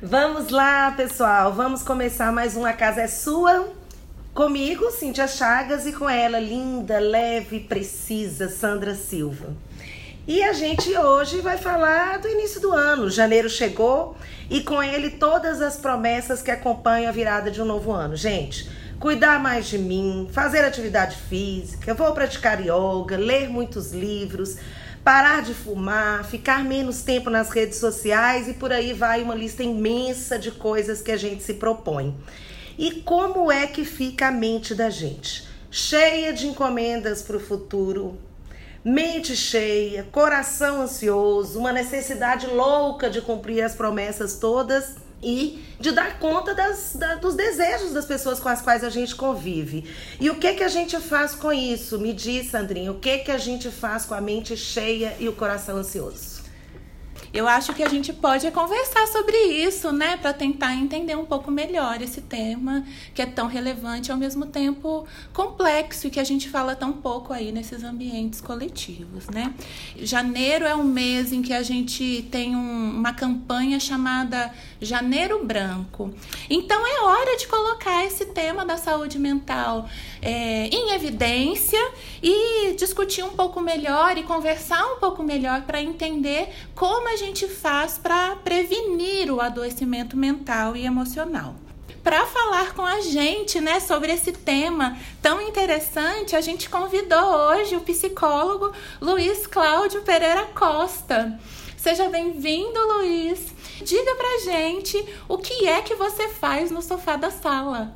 Vamos lá, pessoal. Vamos começar mais um A Casa é Sua. Comigo, Cíntia Chagas, e com ela, linda, leve, precisa, Sandra Silva. E a gente hoje vai falar do início do ano. Janeiro chegou e com ele todas as promessas que acompanham a virada de um novo ano. Gente, cuidar mais de mim, fazer atividade física, vou praticar yoga, ler muitos livros, parar de fumar, ficar menos tempo nas redes sociais e por aí vai uma lista imensa de coisas que a gente se propõe. E como é que fica a mente da gente? Cheia de encomendas para o futuro, mente cheia, coração ansioso, uma necessidade louca de cumprir as promessas todas e de dar conta dos desejos das pessoas com as quais a gente convive. E o que a gente faz com isso? Me diz, Sandrinha, o que a gente faz com a mente cheia e o coração ansioso? Eu acho que a gente pode conversar sobre isso, né? Para tentar entender um pouco melhor esse tema que é tão relevante e ao mesmo tempo complexo e que a gente fala tão pouco aí nesses ambientes coletivos, né? Janeiro é um mês em que a gente tem uma campanha chamada Janeiro Branco. Então é hora de colocar esse tema da saúde mental em evidência e discutir um pouco melhor e conversar um pouco melhor para entender como a gente faz para prevenir o adoecimento mental e emocional. Para falar com a gente, né, sobre esse tema tão interessante, a gente convidou hoje o psicólogo Luiz Cláudio Pereira Costa. Seja bem-vindo, Luiz. Diga pra gente o que é que você faz no sofá da sala.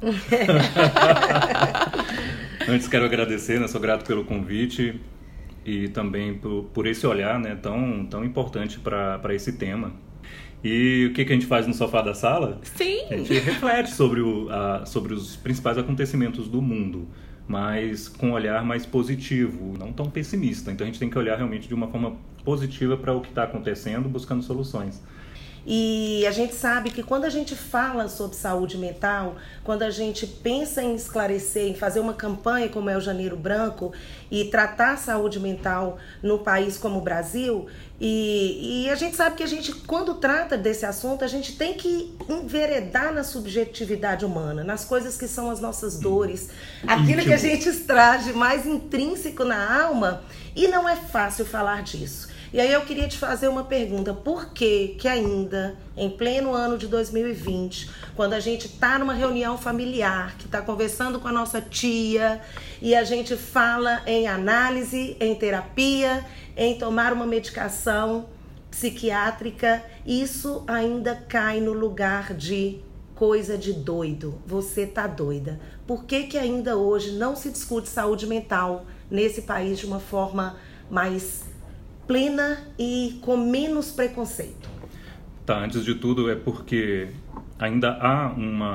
Antes quero agradecer, né? Sou grato pelo convite e também por esse olhar, né, tão importante para esse tema. E o que a gente faz no sofá da sala? Sim! A gente reflete sobre os principais acontecimentos do mundo, mas com um olhar mais positivo, não tão pessimista. Então a gente tem que olhar realmente de uma forma positiva para o que está acontecendo, buscando soluções. E a gente sabe que quando a gente fala sobre saúde mental, quando a gente pensa em esclarecer, em fazer uma campanha como é o Janeiro Branco e tratar a saúde mental no país como o Brasil, e a gente sabe que a gente, quando trata desse assunto, a gente tem que enveredar na subjetividade humana, nas coisas que são as nossas dores, aquilo que a gente traz de mais intrínseco na alma, e não é fácil falar disso. E aí eu queria te fazer uma pergunta: por que ainda, em pleno ano de 2020, quando a gente está numa reunião familiar, que está conversando com a nossa tia, e a gente fala em análise, em terapia, em tomar uma medicação psiquiátrica, isso ainda cai no lugar de coisa de doido, você tá doida? Por que ainda hoje não se discute saúde mental nesse país de uma forma mais plena e com menos preconceito? Tá, antes de tudo é porque ainda há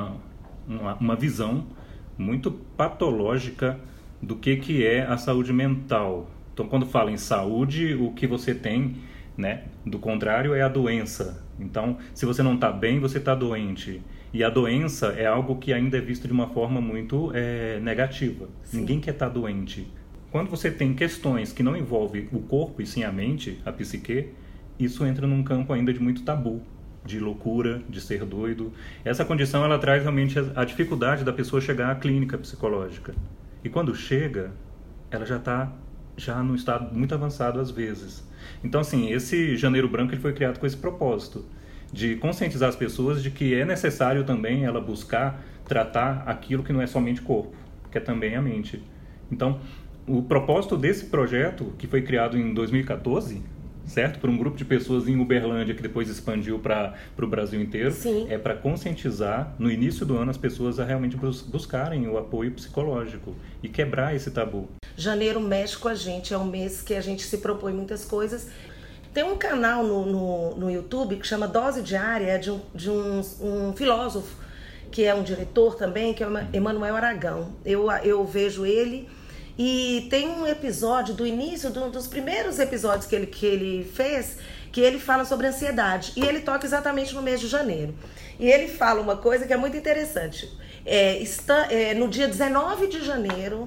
uma visão muito patológica do que é a saúde mental. Então, quando fala em saúde, o que você tem, né, do contrário é a doença. Então, se você não está bem, você está doente. E a doença é algo que ainda é visto de uma forma muito negativa. Sim. Ninguém quer estar doente. Quando você tem questões que não envolvem o corpo e sim a mente, a psique, isso entra num campo ainda de muito tabu, de loucura, de ser doido. Essa condição ela traz realmente a dificuldade da pessoa chegar à clínica psicológica. E quando chega, ela já está num estado muito avançado às vezes. Então, assim, esse Janeiro Branco ele foi criado com esse propósito, de conscientizar as pessoas de que é necessário também ela buscar tratar aquilo que não é somente corpo, que é também a mente. Então, o propósito desse projeto, que foi criado em 2014, certo? Por um grupo de pessoas em Uberlândia, que depois expandiu para o Brasil inteiro. Sim. É para conscientizar, no início do ano, as pessoas a realmente buscarem o apoio psicológico e quebrar esse tabu. Janeiro mexe com a gente, é um mês que a gente se propõe muitas coisas. Tem um canal no YouTube que chama Dose Diária, de um filósofo, que é um diretor também, que é o Emanuel Aragão. Eu vejo ele. E tem um episódio do início, dos primeiros episódios que ele fez, que ele fala sobre ansiedade. E ele toca exatamente no mês de janeiro. E ele fala uma coisa que é muito interessante. No dia 19 de janeiro,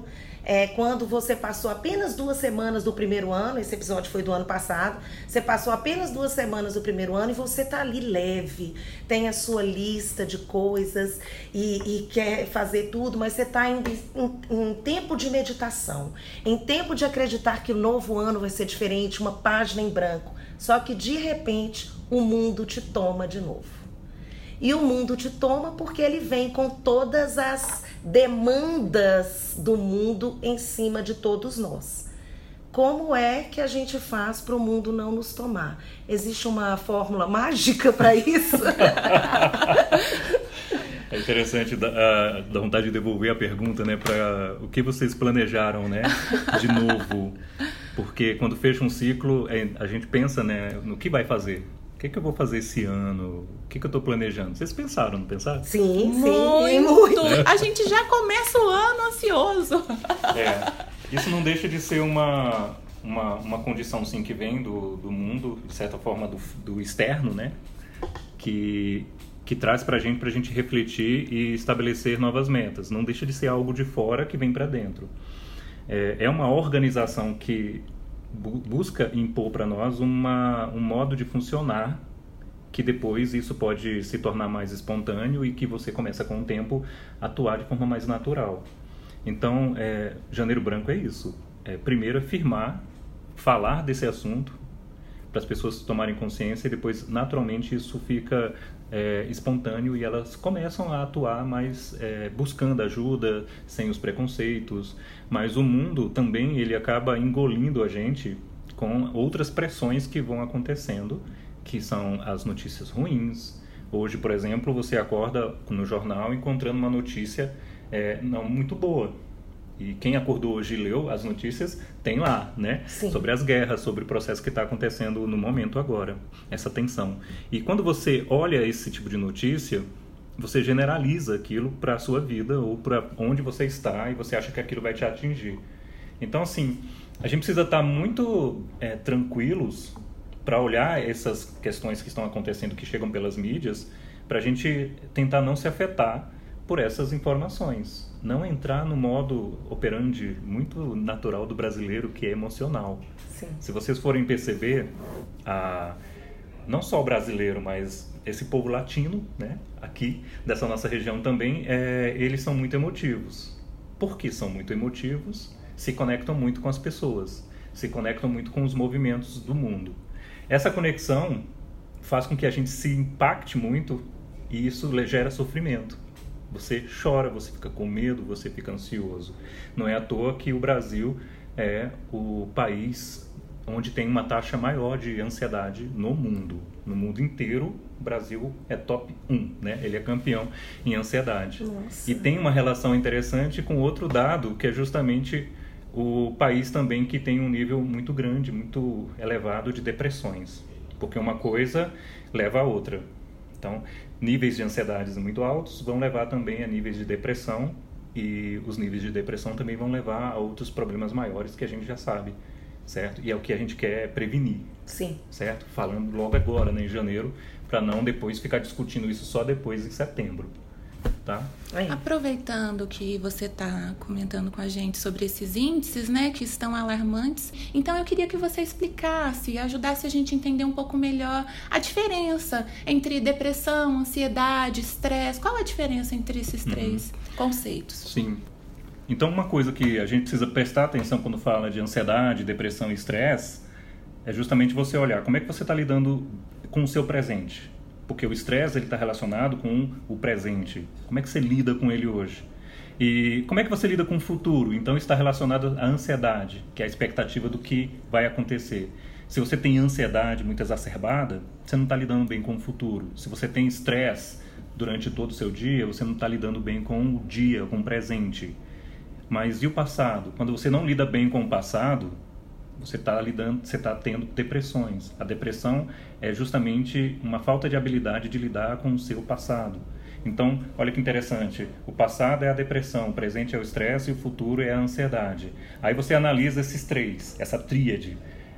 quando você passou apenas 2 semanas do primeiro ano, esse episódio foi do ano passado, você passou apenas 2 semanas do primeiro ano e você tá ali leve, tem a sua lista de coisas e quer fazer tudo, mas você tá em tempo de meditação, em tempo de acreditar que o novo ano vai ser diferente, uma página em branco, só que de repente o mundo te toma de novo. E o mundo te toma porque ele vem com todas as demandas do mundo em cima de todos nós. Como é que a gente faz para o mundo não nos tomar? Existe uma fórmula mágica para isso? É interessante, dá vontade de devolver a pergunta, né, para o que vocês planejaram, né, de novo. Porque quando fecha um ciclo, a gente pensa, né, no que vai fazer. O que eu vou fazer esse ano? O que eu estou planejando? Vocês pensaram, não pensaram? Sim, muito. A gente já começa o ano ansioso. Isso não deixa de ser uma condição, sim, que vem do mundo, de certa forma, do externo, né? Que traz pra gente refletir e estabelecer novas metas. Não deixa de ser algo de fora que vem para dentro. É uma organização que busca impor para nós um modo de funcionar, que depois isso pode se tornar mais espontâneo e que você começa com o tempo a atuar de forma mais natural. Então, Janeiro Branco é isso. Primeiro afirmar, falar desse assunto para as pessoas tomarem consciência e depois naturalmente isso fica espontâneo e elas começam a atuar mais buscando ajuda, sem os preconceitos. Mas o mundo também ele acaba engolindo a gente com outras pressões que vão acontecendo, que são as notícias ruins. Hoje, por exemplo, você acorda no jornal encontrando uma notícia não muito boa. E quem acordou hoje e leu as notícias tem lá, né? Sim. Sobre as guerras, sobre o processo que está acontecendo no momento agora, essa tensão. E quando você olha esse tipo de notícia, você generaliza aquilo para a sua vida ou para onde você está e você acha que aquilo vai te atingir. Então, assim, a gente precisa estar muito tranquilos para olhar essas questões que estão acontecendo, que chegam pelas mídias, para a gente tentar não se afetar por essas informações. Não entrar no modo operandi muito natural do brasileiro, que é emocional. Sim. Se vocês forem perceber, não só o brasileiro, mas esse povo latino, né, aqui, dessa nossa região também, eles são muito emotivos. Por que são muito emotivos? Se conectam muito com as pessoas, se conectam muito com os movimentos do mundo. Essa conexão faz com que a gente se impacte muito e isso gera sofrimento. Você chora, você fica com medo, você fica ansioso. Não é à toa que o Brasil é o país onde tem uma taxa maior de ansiedade no mundo. No mundo inteiro, o Brasil é top 1, né? Ele é campeão em ansiedade. Nossa. E tem uma relação interessante com outro dado, que é justamente o país também que tem um nível muito grande, muito elevado de depressões. Porque uma coisa leva a outra. Então, níveis de ansiedades muito altos vão levar também a níveis de depressão e os níveis de depressão também vão levar a outros problemas maiores que a gente já sabe, certo? E é o que a gente quer prevenir. Sim. Certo? Falando logo agora, né, em janeiro, para não depois ficar discutindo isso só depois em setembro. Tá? Aproveitando que você está comentando com a gente sobre esses índices, né, que estão alarmantes, então eu queria que você explicasse e ajudasse a gente a entender um pouco melhor a diferença entre depressão, ansiedade, estresse. Qual a diferença entre esses três conceitos? Sim. Então, uma coisa que a gente precisa prestar atenção quando fala de ansiedade, depressão e estresse é justamente você olhar como é que você está lidando com o seu presente. Porque o estresse está relacionado com o presente. Como é que você lida com ele hoje? E como é que você lida com o futuro? Então está relacionado à ansiedade, que é a expectativa do que vai acontecer. Se você tem ansiedade muito exacerbada, você não está lidando bem com o futuro. Se você tem estresse durante todo o seu dia, você não está lidando bem com o dia, com o presente. Mas e o passado? Quando você não lida bem com o passado, você está tendo depressões. A depressão é justamente uma falta de habilidade de lidar com o seu passado. Então, olha que interessante. O passado é a depressão, o presente é o estresse e o futuro é a ansiedade. Aí você analisa esses três, essa tríade.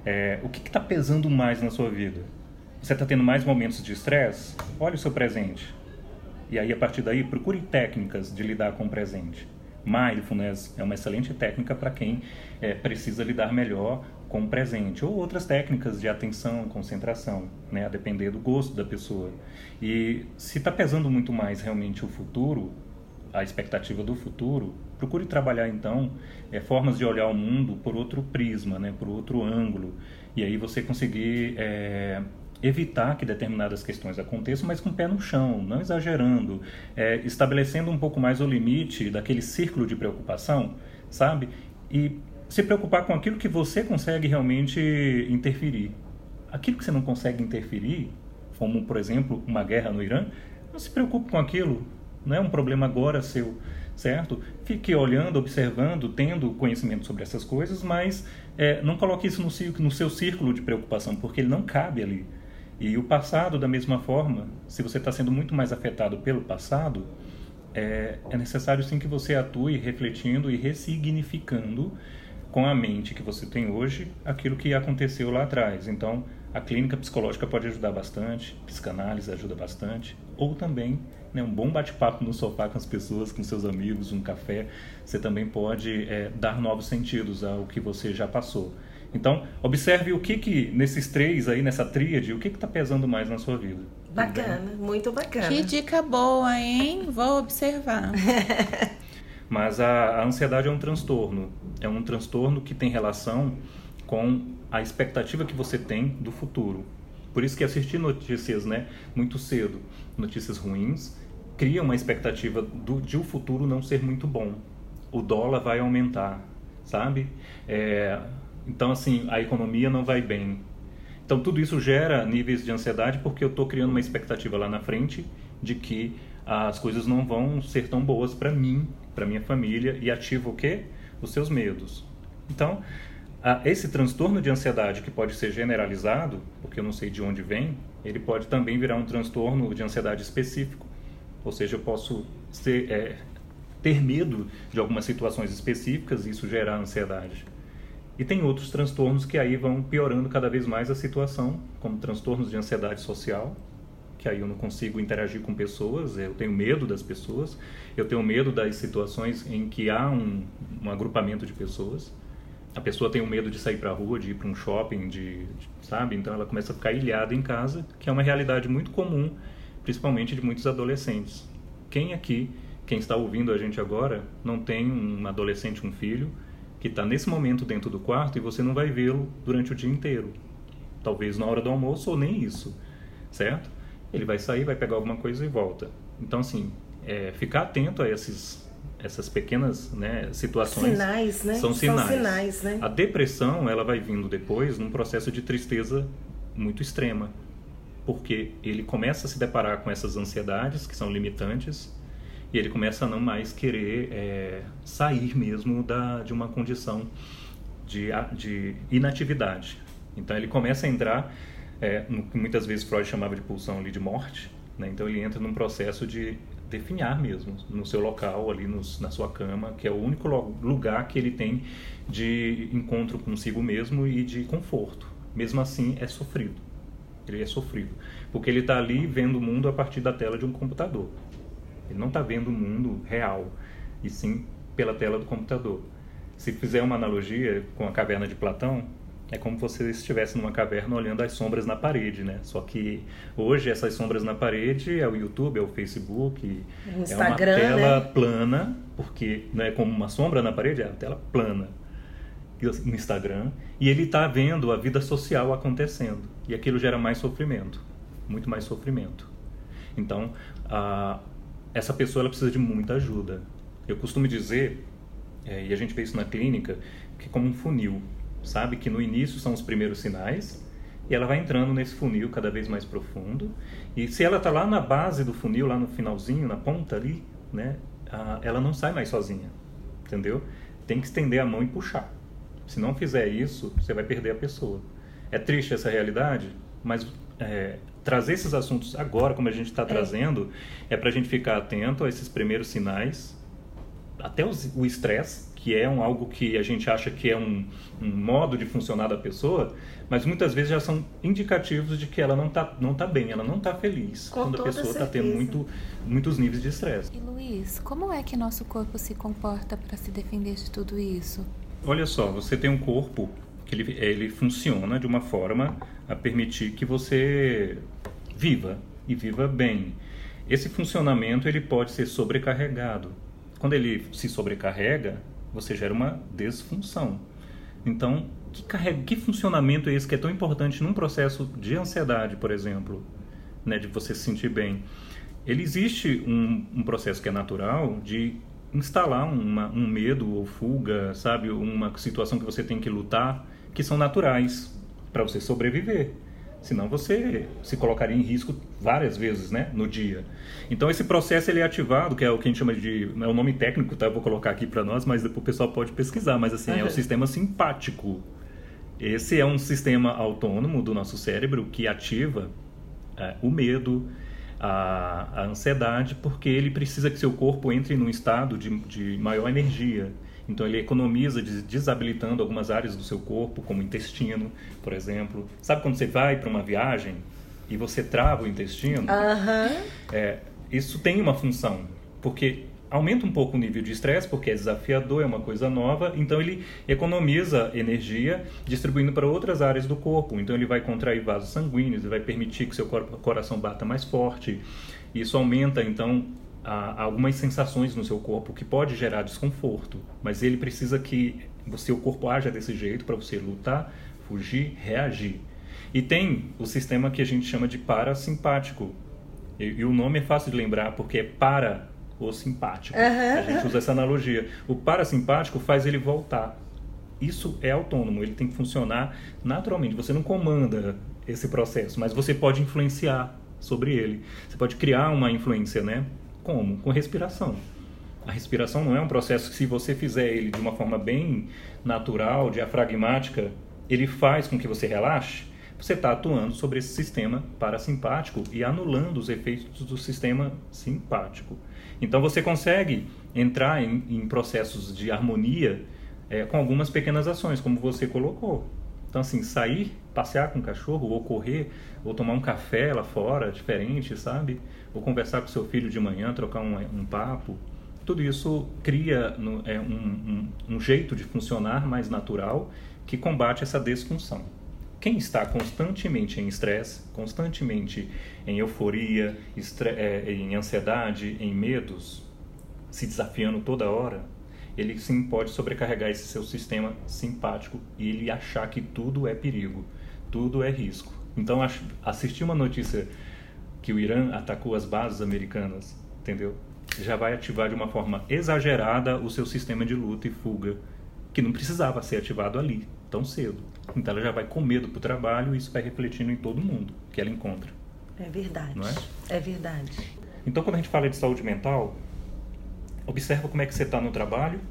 O que está pesando mais na sua vida? Você está tendo mais momentos de estresse? Olha o seu presente. E aí, a partir daí, procure técnicas de lidar com o presente. Mindfulness é uma excelente técnica para quem precisa lidar melhor com o presente, ou outras técnicas de atenção, concentração, né, a depender do gosto da pessoa. E se está pesando muito mais realmente o futuro, a expectativa do futuro, procure trabalhar então formas de olhar o mundo por outro prisma, né, por outro ângulo, e aí você conseguir evitar que determinadas questões aconteçam, mas com o pé no chão, não exagerando, estabelecendo um pouco mais o limite daquele círculo de preocupação, sabe? E se preocupar com aquilo que você consegue realmente interferir. Aquilo que você não consegue interferir, como, por exemplo, uma guerra no Irã, não se preocupe com aquilo, não é um problema agora seu, certo? Fique olhando, observando, tendo conhecimento sobre essas coisas, mas não coloque isso no seu círculo de preocupação, porque ele não cabe ali. E o passado, da mesma forma, se você está sendo muito mais afetado pelo passado, é necessário sim que você atue refletindo e ressignificando com a mente que você tem hoje aquilo que aconteceu lá atrás. Então, a clínica psicológica pode ajudar bastante, psicanálise ajuda bastante, ou também, né, um bom bate-papo no sofá com as pessoas, com seus amigos, um café, você também pode dar novos sentidos ao que você já passou. Então, observe o que nesses três aí, nessa tríade, o que está pesando mais na sua vida. Bacana, muito bacana. Que dica boa, hein? Vou observar. Mas a ansiedade é um transtorno que tem relação com a expectativa que você tem do futuro. Por isso que assistir notícias, né, muito cedo, notícias ruins, cria uma expectativa de o futuro não ser muito bom. O dólar vai aumentar, sabe? Então, assim, a economia não vai bem. Então, tudo isso gera níveis de ansiedade porque eu estou criando uma expectativa lá na frente de que as coisas não vão ser tão boas para mim, para minha família, e ativa o quê? Os seus medos. Então, esse transtorno de ansiedade que pode ser generalizado, porque eu não sei de onde vem, ele pode também virar um transtorno de ansiedade específico. Ou seja, eu posso ter medo de algumas situações específicas e isso gerar ansiedade. E tem outros transtornos que aí vão piorando cada vez mais a situação, como transtornos de ansiedade social, que aí eu não consigo interagir com pessoas, eu tenho medo das pessoas, eu tenho medo das situações em que há um agrupamento de pessoas. A pessoa tem o medo de sair para a rua, de ir para um shopping, sabe? Então ela começa a ficar ilhada em casa, que é uma realidade muito comum, principalmente de muitos adolescentes. Quem está ouvindo a gente agora, não tem um adolescente, um filho, que está nesse momento dentro do quarto e você não vai vê-lo durante o dia inteiro. Talvez na hora do almoço ou nem isso, certo? Ele vai sair, vai pegar alguma coisa e volta. Então, assim, ficar atento a essas pequenas, né, situações. Sinais, né? São sinais, né? A depressão, ela vai vindo depois num processo de tristeza muito extrema. Porque ele começa a se deparar com essas ansiedades que são limitantes e ele começa a não mais querer sair mesmo de uma condição de inatividade. Então, ele começa a entrar no que muitas vezes Freud chamava de pulsão ali de morte, né? Então ele entra num processo de definhar mesmo no seu local ali na sua cama, que é o único lugar que ele tem de encontro consigo mesmo e de conforto. Mesmo assim é sofrido, ele é sofrido porque ele está ali vendo o mundo a partir da tela de um computador. Ele não está vendo o mundo real e sim pela tela do computador. Se fizer uma analogia com a caverna de Platão, é como se você estivesse numa caverna olhando as sombras na parede, né? Só que hoje essas sombras na parede é o YouTube, é o Facebook, Instagram, é uma tela né? plana, porque não é como uma sombra na parede, é uma tela plana no Instagram. E ele está vendo a vida social acontecendo. E aquilo gera mais sofrimento, muito mais sofrimento. Então, essa pessoa ela precisa de muita ajuda. Eu costumo dizer, e a gente vê isso na clínica, que é como um funil. Sabe que no início são os primeiros sinais e ela vai entrando nesse funil cada vez mais profundo e se ela está lá na base do funil, lá no finalzinho, na ponta ali, né, ela não sai mais sozinha, entendeu? Tem que estender a mão e puxar. Se não fizer isso, você vai perder a pessoa. É triste essa realidade, mas trazer esses assuntos agora, como a gente está trazendo, é para a gente ficar atento a esses primeiros sinais, até o estresse, que é algo que a gente acha que é um modo de funcionar da pessoa, mas muitas vezes já são indicativos de que ela não tá bem, ela não está feliz, quando a pessoa está tendo muitos níveis de estresse. E Luiz, como é que nosso corpo se comporta para se defender de tudo isso? Olha só, você tem um corpo que ele funciona de uma forma a permitir que você viva, e viva bem. Esse funcionamento ele pode ser sobrecarregado. Quando ele se sobrecarrega, você gera uma disfunção. Então, que funcionamento é esse que é tão importante num processo de ansiedade, por exemplo, né, de você se sentir bem? Ele existe um processo que é natural de instalar um medo ou fuga, sabe? Uma situação que você tem que lutar, que são naturais para você sobreviver. Senão você se colocaria em risco várias vezes, né, no dia. Então esse processo ele é ativado, que é o que a gente chama de... é um nome técnico, tá? Eu vou colocar aqui para nós, mas depois o pessoal pode pesquisar. Mas assim, é o sistema simpático. Esse é um sistema autônomo do nosso cérebro que ativa o medo, a ansiedade, porque ele precisa que seu corpo entre num estado de maior energia. Então ele economiza desabilitando algumas áreas do seu corpo, como o intestino, por exemplo. Sabe quando você vai para uma viagem e você trava o intestino? Isso tem uma função, porque aumenta um pouco o nível de estresse, porque é desafiador, é uma coisa nova. Então ele economiza energia distribuindo para outras áreas do corpo. Então ele vai contrair vasos sanguíneos, ele vai permitir que seu coração bata mais forte. Isso aumenta, então, algumas sensações no seu corpo que pode gerar desconforto, mas ele precisa que o seu corpo haja desse jeito para você lutar, fugir, reagir. E tem o sistema que a gente chama de parasimpático, e o nome é fácil de lembrar porque é para o simpático. A gente usa essa analogia. O parasimpático faz ele voltar. Isso é autônomo, ele tem que funcionar naturalmente. Você não comanda esse processo, mas você pode influenciar sobre ele. Você pode criar uma influência, né? Como? Com respiração. A respiração não é um processo que, se você fizer ele de uma forma bem natural, diafragmática, ele faz com que você relaxe. Você está atuando sobre esse sistema parasimpático e anulando os efeitos do sistema simpático. Então você consegue entrar em processos de harmonia com algumas pequenas ações, como você colocou. Então, assim, sair, passear com o cachorro, ou correr, ou tomar um café lá fora, diferente, sabe? Ou conversar com seu filho de manhã, trocar um papo. Tudo isso cria um jeito de funcionar mais natural que combate essa disfunção. Quem está constantemente em estresse, constantemente em euforia, em ansiedade, em medos, se desafiando toda hora, ele sim pode sobrecarregar esse seu sistema simpático e ele achar que tudo é perigo, tudo é risco. Então, assistir uma notícia que o Irã atacou as bases americanas, entendeu? Já vai ativar de uma forma exagerada o seu sistema de luta e fuga, que não precisava ser ativado ali, tão cedo. Então ela já vai com medo para o trabalho e isso vai refletindo em todo mundo que ela encontra. É verdade. Não é? É verdade. Então, quando a gente fala de saúde mental, observa como é que você está no trabalho,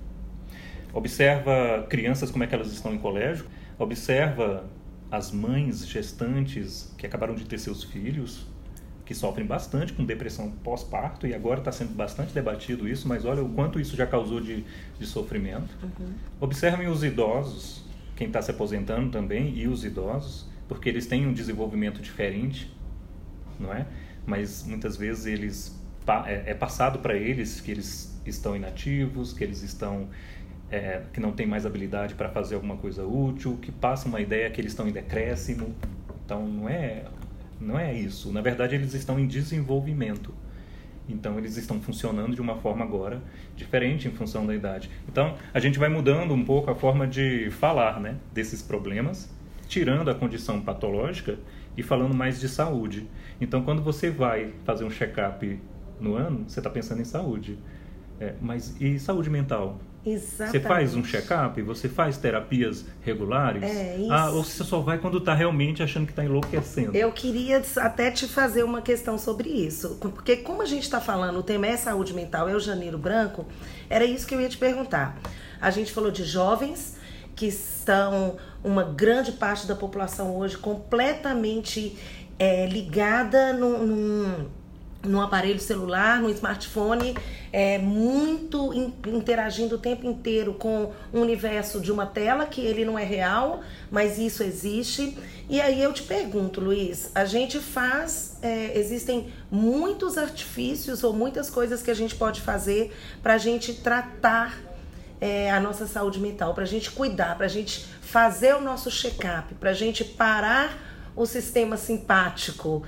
observa crianças como é que elas estão em colégio, observa as mães gestantes que acabaram de ter seus filhos, que sofrem bastante com depressão pós-parto, e agora está sendo bastante debatido isso, mas olha o quanto isso já causou de sofrimento. Observem os idosos, quem está se aposentando também, e os idosos, porque eles têm um desenvolvimento diferente, não é? Mas muitas vezes é passado para eles que eles estão inativos, que eles estão que não têm mais habilidade para fazer alguma coisa útil, que passa uma ideia que eles estão em decréscimo. Então não é isso. Na verdade, eles estão em desenvolvimento. Então eles estão funcionando de uma forma agora diferente em função da idade. Então a gente vai mudando um pouco a forma de falar, né, desses problemas, tirando a condição patológica e falando mais de saúde. Então quando você vai fazer um check-up no ano, você está pensando em saúde. Mas e saúde mental? Exatamente. Você faz um check-up? Você faz terapias regulares? Isso. Ou você só vai quando está realmente achando que está enlouquecendo? Eu queria até te fazer uma questão sobre isso. Porque como a gente está falando, o tema é saúde mental, é o Janeiro Branco, era isso que eu ia te perguntar. A gente falou de jovens que estão, uma grande parte da população hoje, completamente ligada no aparelho celular, no smartphone, muito interagindo o tempo inteiro com o universo de uma tela, que ele não é real, mas isso existe. E aí eu te pergunto, Luiz, a gente existem muitos artifícios ou muitas coisas que a gente pode fazer para a gente tratar a nossa saúde mental, para a gente cuidar, para a gente fazer o nosso check-up, para a gente parar o sistema simpático.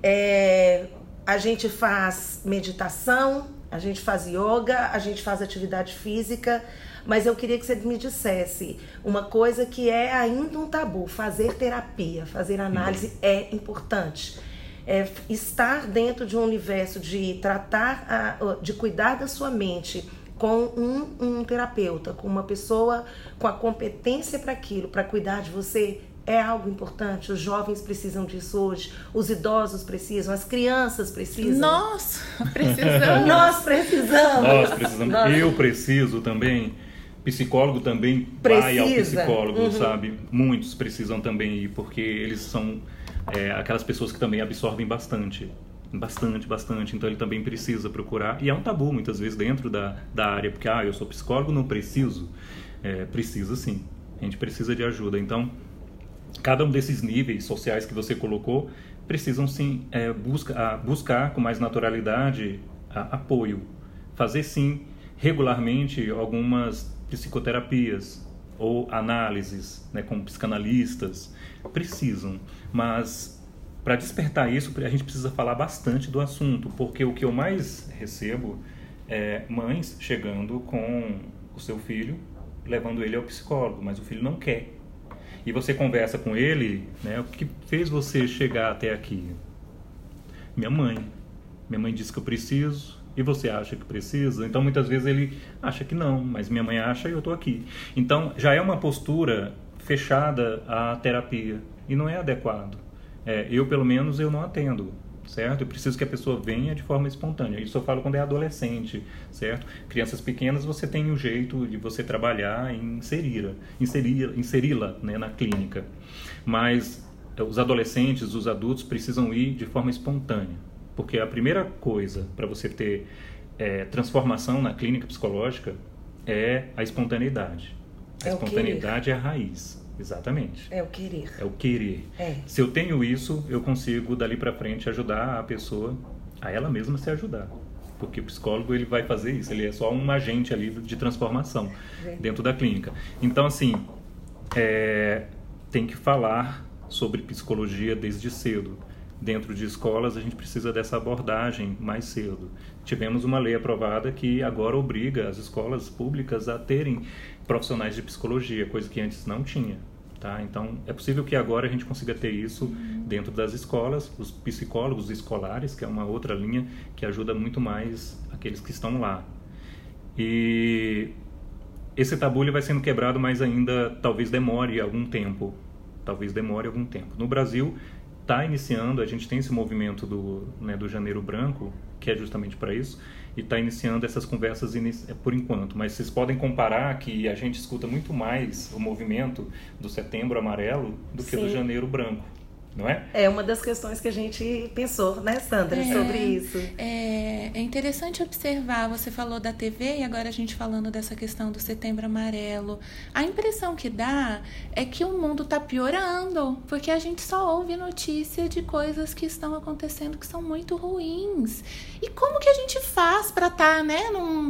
A gente faz meditação, a gente faz yoga, a gente faz atividade física, mas eu queria que você me dissesse uma coisa que é ainda um tabu: fazer terapia, fazer análise é importante. Estar dentro de um universo de tratar, de cuidar da sua mente com um terapeuta, com uma pessoa com a competência para aquilo, para cuidar de você, é algo importante. Os jovens precisam disso hoje, os idosos precisam, as crianças precisam. Nós precisamos. Nós precisamos. Eu preciso também. Psicólogo também vai ao psicólogo, sabe? Muitos precisam também ir, porque eles são aquelas pessoas que também absorvem bastante. Então ele também precisa procurar. E é um tabu muitas vezes dentro da área, porque eu sou psicólogo, não preciso. Precisa sim, a gente precisa de ajuda. Então cada um desses níveis sociais que você colocou precisam sim buscar com mais naturalidade apoio. Fazer sim regularmente algumas psicoterapias ou análises, né, com psicanalistas. Precisam, mas para despertar isso a gente precisa falar bastante do assunto, porque o que eu mais recebo é mães chegando com o seu filho, levando ele ao psicólogo, mas o filho não quer. E você conversa com ele, né? O que fez você chegar até aqui? Minha mãe disse que eu preciso, e você acha que precisa? Então muitas vezes ele acha que não, mas minha mãe acha e eu estou aqui. Então já é uma postura fechada à terapia, e não é adequado. Eu pelo menos eu não atendo, certo? Eu preciso que a pessoa venha de forma espontânea. Isso eu falo quando é adolescente, certo? Crianças pequenas você tem um jeito de você trabalhar e inseri-la, né, na clínica. Mas os adolescentes, os adultos precisam ir de forma espontânea. Porque a primeira coisa para você ter transformação na clínica psicológica é a espontaneidade. A espontaneidade é a raiz. Exatamente. É o querer. É o querer. Se eu tenho isso, eu consigo dali para frente ajudar a pessoa a ela mesma se ajudar. Porque o psicólogo ele vai fazer isso, ele é só um agente ali de transformação dentro da clínica. Então, assim, tem que falar sobre psicologia desde cedo. Dentro de escolas, a gente precisa dessa abordagem mais cedo. Tivemos uma lei aprovada que agora obriga as escolas públicas a terem profissionais de psicologia, coisa que antes não tinha. Tá? Então, é possível que agora a gente consiga ter isso dentro das escolas, os psicólogos escolares, que é uma outra linha que ajuda muito mais aqueles que estão lá. E esse tabu ele vai sendo quebrado, mas ainda talvez demore algum tempo. No Brasil, está iniciando, a gente tem esse movimento do Janeiro Branco, que é justamente para isso, e está iniciando essas conversas por enquanto, mas vocês podem comparar que a gente escuta muito mais o movimento do Setembro Amarelo do que do Janeiro Branco, não é? É uma das questões que a gente pensou, né, Sandra, sobre isso. É interessante observar, você falou da TV e agora a gente falando dessa questão do Setembro Amarelo. A impressão que dá é que o mundo está piorando, porque a gente só ouve notícia de coisas que estão acontecendo que são muito ruins. E como que a gente faz para estar, né,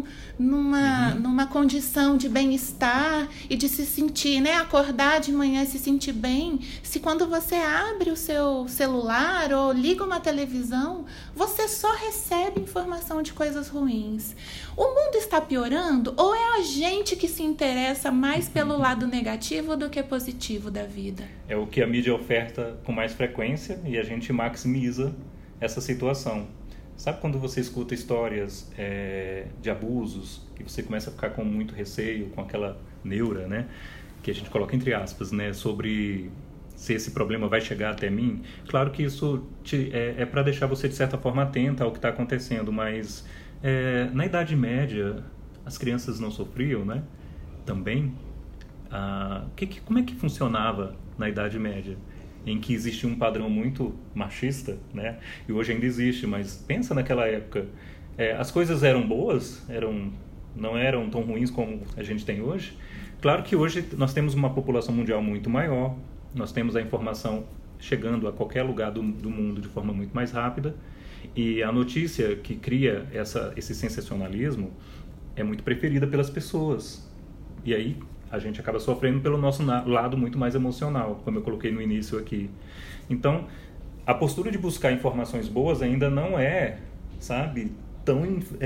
numa condição de bem-estar e de se sentir, né, acordar de manhã e se sentir bem, se quando você abre o seu celular ou liga uma televisão, você só recebe informação de coisas ruins. O mundo está piorando ou é a gente que se interessa mais pelo lado negativo do que positivo da vida? É o que a mídia oferta com mais frequência e a gente maximiza essa situação. Sabe quando você escuta histórias de abusos, que você começa a ficar com muito receio, com aquela neura, né? Que a gente coloca entre aspas, né? Sobre se esse problema vai chegar até mim. Claro que isso é para deixar você, de certa forma, atenta ao que está acontecendo, mas na Idade Média, as crianças não sofriam, né? Também. Como é que funcionava na Idade Média? em que existia um padrão muito machista, né? E hoje ainda existe, mas pensa naquela época. As coisas eram boas, não eram tão ruins como a gente tem hoje. Claro que hoje nós temos uma população mundial muito maior, nós temos a informação chegando a qualquer lugar do mundo de forma muito mais rápida, e a notícia que cria esse sensacionalismo é muito preferida pelas pessoas. E aí a gente acaba sofrendo pelo nosso lado muito mais emocional, como eu coloquei no início aqui. Então, a postura de buscar informações boas ainda não é, sabe, tão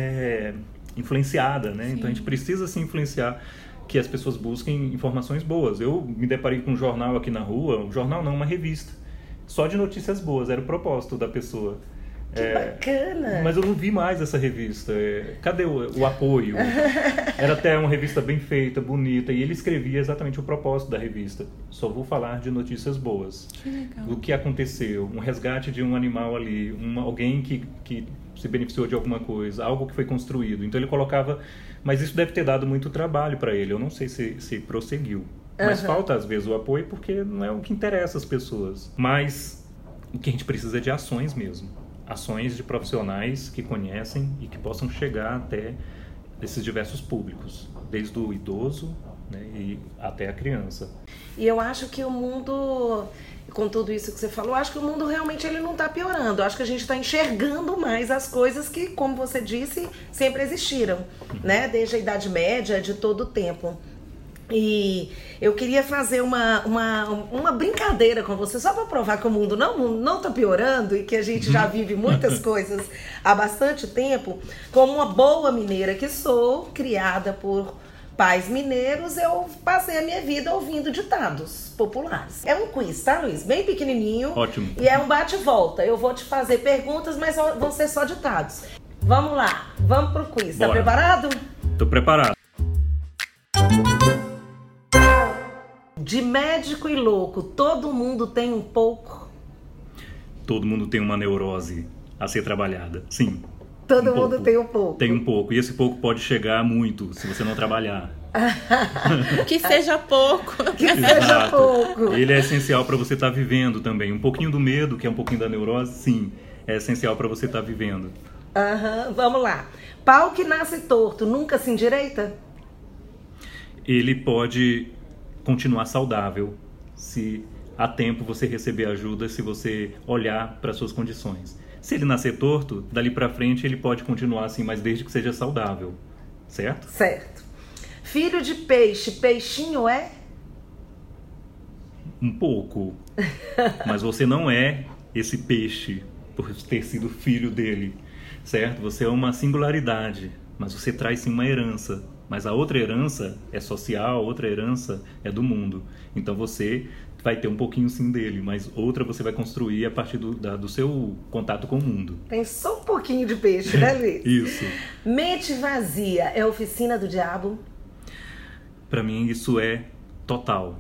influenciada, né? Sim. Então a gente precisa se influenciar que as pessoas busquem informações boas. Eu me deparei com um jornal aqui na rua, um jornal não, uma revista, só de notícias boas, era o propósito da pessoa. Que bacana! Mas eu não vi mais essa revista. Cadê o apoio? Era até uma revista bem feita, bonita, e ele escrevia exatamente o propósito da revista. Só vou falar de notícias boas. Que legal. O que aconteceu, um resgate de um animal ali, alguém que se beneficiou de alguma coisa, algo que foi construído. Então ele colocava... Mas isso deve ter dado muito trabalho para ele. Eu não sei se prosseguiu. Mas falta, às vezes, o apoio porque não é o que interessa as pessoas. Mas o que a gente precisa é de ações mesmo. Ações de profissionais que conhecem e que possam chegar até esses diversos públicos, desde o idoso, né, e até a criança. E eu acho que o mundo, com tudo isso que você falou, eu acho que o mundo realmente ele não está piorando. Eu acho que a gente está enxergando mais as coisas que, como você disse, sempre existiram, né? Desde a Idade Média, de todo o tempo. E eu queria fazer uma brincadeira com você, só para provar que o mundo não está piorando e que a gente já vive muitas coisas há bastante tempo. Como uma boa mineira que sou, criada por pais mineiros, eu passei a minha vida ouvindo ditados populares. É um quiz, tá, Luiz? Bem pequenininho. Ótimo. E é um bate-volta. Eu vou te fazer perguntas, mas vão ser só ditados. Vamos lá, vamos pro quiz. Bora. Tá preparado? Tô preparado. De médico e louco, todo mundo tem um pouco? Todo mundo tem uma neurose a ser trabalhada, sim. Todo mundo tem um pouco? Tem um pouco, e esse pouco pode chegar a muito se você não trabalhar. Que seja pouco. Que seja pouco. Ele é essencial para você estar vivendo também. Um pouquinho do medo, que é um pouquinho da neurose, sim, é essencial para você estar vivendo. Vamos lá. Pau que nasce torto, nunca se endireita? Ele pode continuar saudável se há tempo você receber ajuda, se você olhar para suas condições. Se ele nascer torto, dali para frente ele pode continuar assim, mas desde que seja saudável, certo? Certo. Filho de peixe, peixinho é? Um pouco. Mas você não é esse peixe por ter sido filho dele, certo? Você é uma singularidade, mas você traz sim uma herança. Mas a outra herança é social, a outra herança é do mundo. Então você vai ter um pouquinho sim dele, mas outra você vai construir a partir do seu contato com o mundo. Tem só um pouquinho de peixe, né, Luiz? Isso. Mente vazia é oficina do diabo? Para mim isso é total,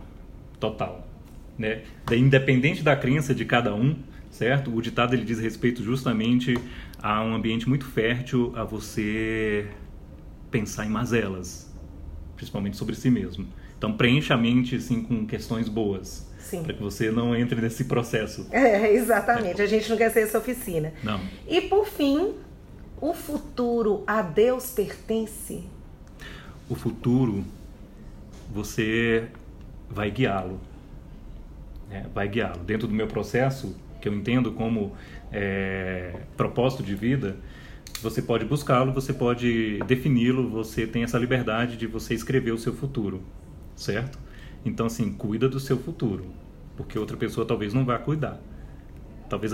né? Independente da crença de cada um, certo? O ditado ele diz respeito justamente a um ambiente muito fértil a você pensar em mazelas, principalmente sobre si mesmo. Então preencha a mente assim, com questões boas, para que você não entre nesse processo. Exatamente, a gente não quer ser essa oficina. Não. E por fim, o futuro a Deus pertence? O futuro, você vai guiá-lo. Vai guiá-lo. Dentro do meu processo, que eu entendo como propósito de vida, você pode buscá-lo, você pode defini-lo, você tem essa liberdade de você escrever o seu futuro, certo? Então, assim, cuida do seu futuro, porque outra pessoa talvez não vá cuidar. Talvez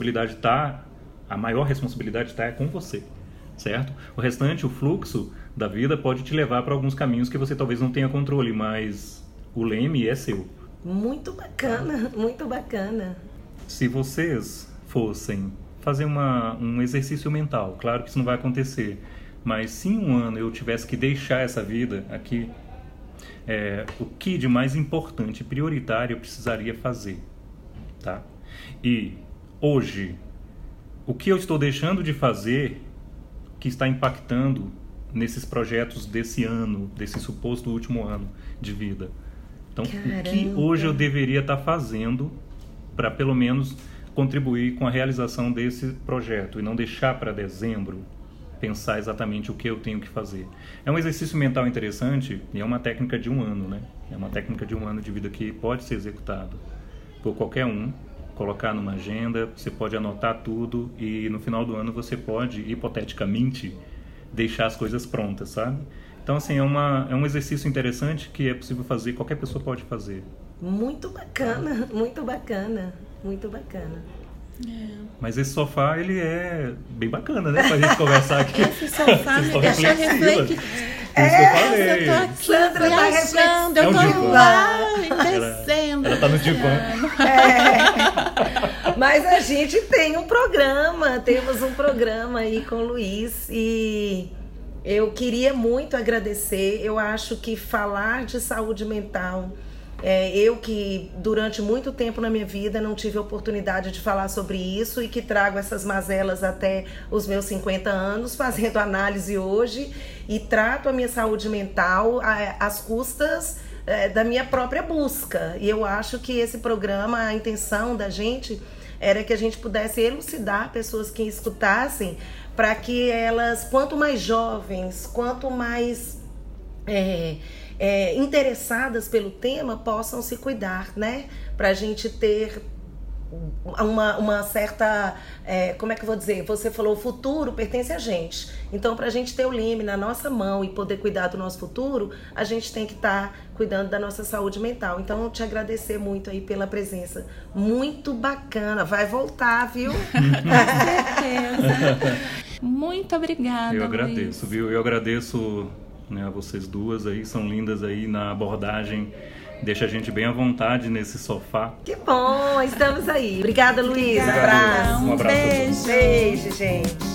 a maior responsabilidade está com você, certo? O restante, o fluxo da vida pode te levar para alguns caminhos que você talvez não tenha controle, mas o leme é seu. Muito bacana, muito bacana. Se vocês fossem fazer um exercício mental, claro que isso não vai acontecer, mas se em um ano eu tivesse que deixar essa vida aqui, o que de mais importante e prioritário eu precisaria fazer, tá? E hoje, o que eu estou deixando de fazer que está impactando nesses projetos desse ano, desse suposto último ano de vida? Então, caramba, o que hoje eu deveria estar fazendo para pelo menos contribuir com a realização desse projeto e não deixar para dezembro pensar exatamente o que eu tenho que fazer. É um exercício mental interessante e é uma técnica de 1 ano, né? É uma técnica de 1 ano de vida que pode ser executado por qualquer um, colocar numa agenda, você pode anotar tudo e no final do ano você pode, hipoteticamente, deixar as coisas prontas, sabe? Então, assim, é um exercício interessante que é possível fazer, qualquer pessoa pode fazer. Muito bacana, muito bacana, muito bacana. Mas esse sofá, ele é bem bacana, né? Pra gente conversar aqui. Esse sofá me deixa refletir. Por isso que eu falei. Eu tô aqui Sandra tá viajando, eu É um tô divã. lá, descendo. Ela tá no divã. Mas a gente tem temos um programa aí com o Luiz e eu queria muito agradecer. Eu acho que falar de saúde mental, eu que durante muito tempo na minha vida não tive a oportunidade de falar sobre isso e que trago essas mazelas até os meus 50 anos, fazendo análise hoje e trato a minha saúde mental às custas da minha própria busca. E eu acho que esse programa, a intenção da gente era que a gente pudesse elucidar pessoas que escutassem para que elas, quanto mais jovens, quanto mais interessadas pelo tema, possam se cuidar, né? Para a gente ter uma certa, como é que eu vou dizer? Você falou, o futuro pertence a gente. Então, para a gente ter o leme na nossa mão e poder cuidar do nosso futuro, a gente tem que estar cuidando da nossa saúde mental. Então, eu te agradecer muito aí pela presença. Muito bacana. Vai voltar, viu? Com certeza. Muito obrigada, Eu agradeço, Luiz. viu? Eu agradeço, né, a vocês duas aí, são lindas aí na abordagem. Deixa a gente bem à vontade nesse sofá. Que bom, estamos aí. Obrigada, Luiz. Obrigada. Abraço. Um abraço a Beijo. todos. Beijo, gente.